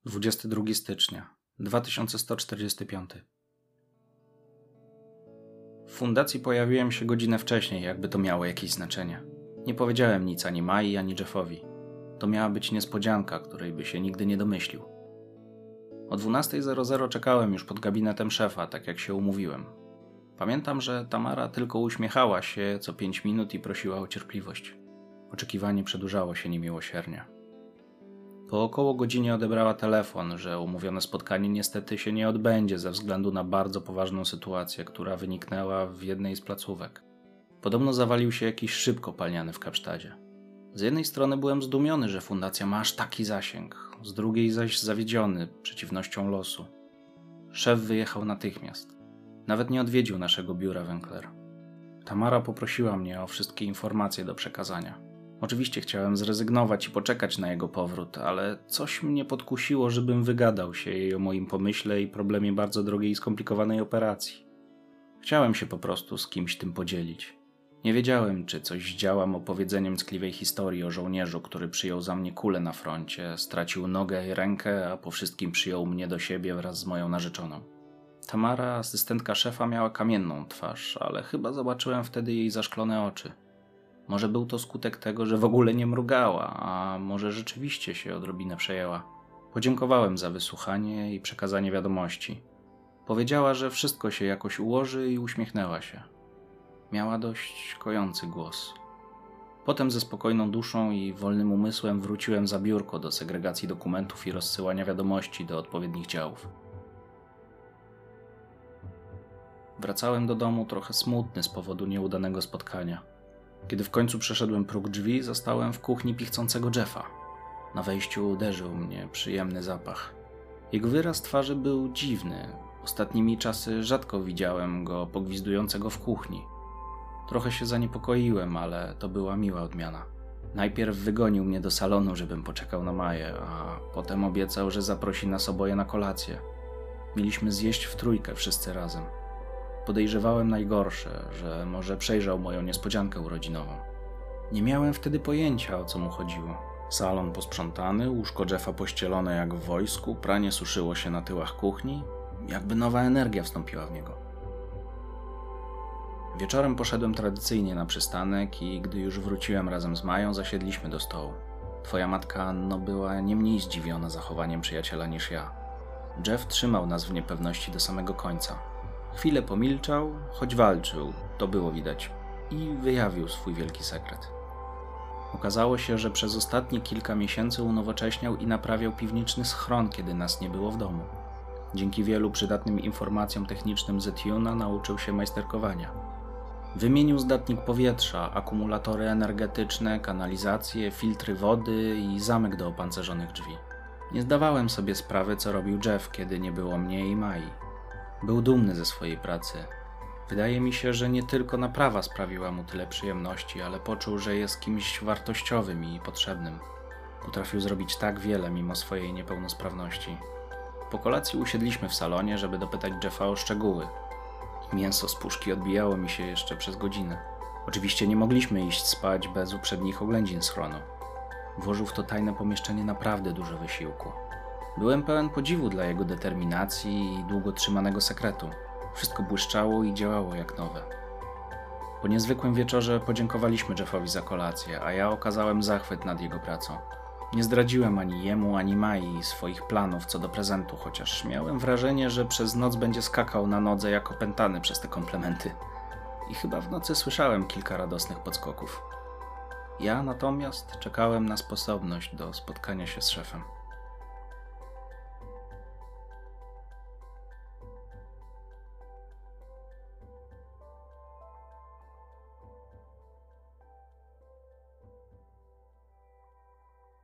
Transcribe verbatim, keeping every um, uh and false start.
dwudziestego drugiego stycznia dwa tysiące sto czterdziesty piąty. W fundacji pojawiłem się godzinę wcześniej, jakby to miało jakieś znaczenie. Nie powiedziałem nic ani Mai, ani Jeffowi. To miała być niespodzianka, której by się nigdy nie domyślił. O dwunasta zero zero czekałem już pod gabinetem szefa, tak jak się umówiłem. Pamiętam, że Tamara tylko uśmiechała się co pięć minut i prosiła o cierpliwość. Oczekiwanie przedłużało się niemiłosiernie. Po około godzinie odebrała telefon, że umówione spotkanie niestety się nie odbędzie ze względu na bardzo poważną sytuację, która wyniknęła w jednej z placówek. Podobno zawalił się jakiś szyb kopalniany w Kapsztadzie. Z jednej strony byłem zdumiony, że fundacja ma aż taki zasięg, z drugiej zaś zawiedziony przeciwnością losu. Szef wyjechał natychmiast. Nawet nie odwiedził naszego biura w Enkler. Tamara poprosiła mnie o wszystkie informacje do przekazania. Oczywiście chciałem zrezygnować i poczekać na jego powrót, ale coś mnie podkusiło, żebym wygadał się jej o moim pomyśle i problemie bardzo drogiej i skomplikowanej operacji. Chciałem się po prostu z kimś tym podzielić. Nie wiedziałem, czy coś zdziałam opowiedzeniem ckliwej historii o żołnierzu, który przyjął za mnie kulę na froncie, stracił nogę i rękę, a po wszystkim przyjął mnie do siebie wraz z moją narzeczoną. Tamara, asystentka szefa, miała kamienną twarz, ale chyba zobaczyłem wtedy jej zaszklone oczy. Może był to skutek tego, że w ogóle nie mrugała, a może rzeczywiście się odrobinę przejęła. Podziękowałem za wysłuchanie i przekazanie wiadomości. Powiedziała, że wszystko się jakoś ułoży i uśmiechnęła się. Miała dość kojący głos. Potem ze spokojną duszą i wolnym umysłem wróciłem za biurko do segregacji dokumentów i rozsyłania wiadomości do odpowiednich działów. Wracałem do domu trochę smutny z powodu nieudanego spotkania. Kiedy w końcu przeszedłem próg drzwi, zastałem w kuchni pichcącego Jeffa. Na wejściu uderzył mnie przyjemny zapach. Jego wyraz twarzy był dziwny. Ostatnimi czasy rzadko widziałem go pogwizdującego w kuchni. Trochę się zaniepokoiłem, ale to była miła odmiana. Najpierw wygonił mnie do salonu, żebym poczekał na Maję, a potem obiecał, że zaprosi nas oboje na kolację. Mieliśmy zjeść w trójkę wszyscy razem. Podejrzewałem najgorsze, że może przejrzał moją niespodziankę urodzinową. Nie miałem wtedy pojęcia, o co mu chodziło. Salon posprzątany, łóżko Jeffa pościelone jak w wojsku, pranie suszyło się na tyłach kuchni, jakby nowa energia wstąpiła w niego. Wieczorem poszedłem tradycyjnie na przystanek i gdy już wróciłem razem z Mają, zasiedliśmy do stołu. Twoja matka Anno była nie mniej zdziwiona zachowaniem przyjaciela niż ja. Jeff trzymał nas w niepewności do samego końca. Chwilę pomilczał, choć walczył, to było widać, i wyjawił swój wielki sekret. Okazało się, że przez ostatnie kilka miesięcy unowocześniał i naprawiał piwniczny schron, kiedy nas nie było w domu. Dzięki wielu przydatnym informacjom technicznym z Tuna nauczył się majsterkowania. Wymienił zdatnik powietrza, akumulatory energetyczne, kanalizację, filtry wody i zamek do opancerzonych drzwi. Nie zdawałem sobie sprawy, co robił Jeff, kiedy nie było mnie i Mai. Był dumny ze swojej pracy. Wydaje mi się, że nie tylko naprawa sprawiła mu tyle przyjemności, ale poczuł, że jest kimś wartościowym i potrzebnym. Potrafił zrobić tak wiele mimo swojej niepełnosprawności. Po kolacji usiedliśmy w salonie, żeby dopytać Jeffa o szczegóły. Mięso z puszki odbijało mi się jeszcze przez godzinę. Oczywiście nie mogliśmy iść spać bez uprzednich oględzin schronu. Włożył w to tajne pomieszczenie naprawdę dużo wysiłku. Byłem pełen podziwu dla jego determinacji i długo trzymanego sekretu. Wszystko błyszczało i działało jak nowe. Po niezwykłym wieczorze podziękowaliśmy Jeffowi za kolację, a ja okazałem zachwyt nad jego pracą. Nie zdradziłem ani jemu, ani Mai swoich planów co do prezentu, chociaż miałem wrażenie, że przez noc będzie skakał na nodze jak opętany przez te komplementy. I chyba w nocy słyszałem kilka radosnych podskoków. Ja natomiast czekałem na sposobność do spotkania się z szefem.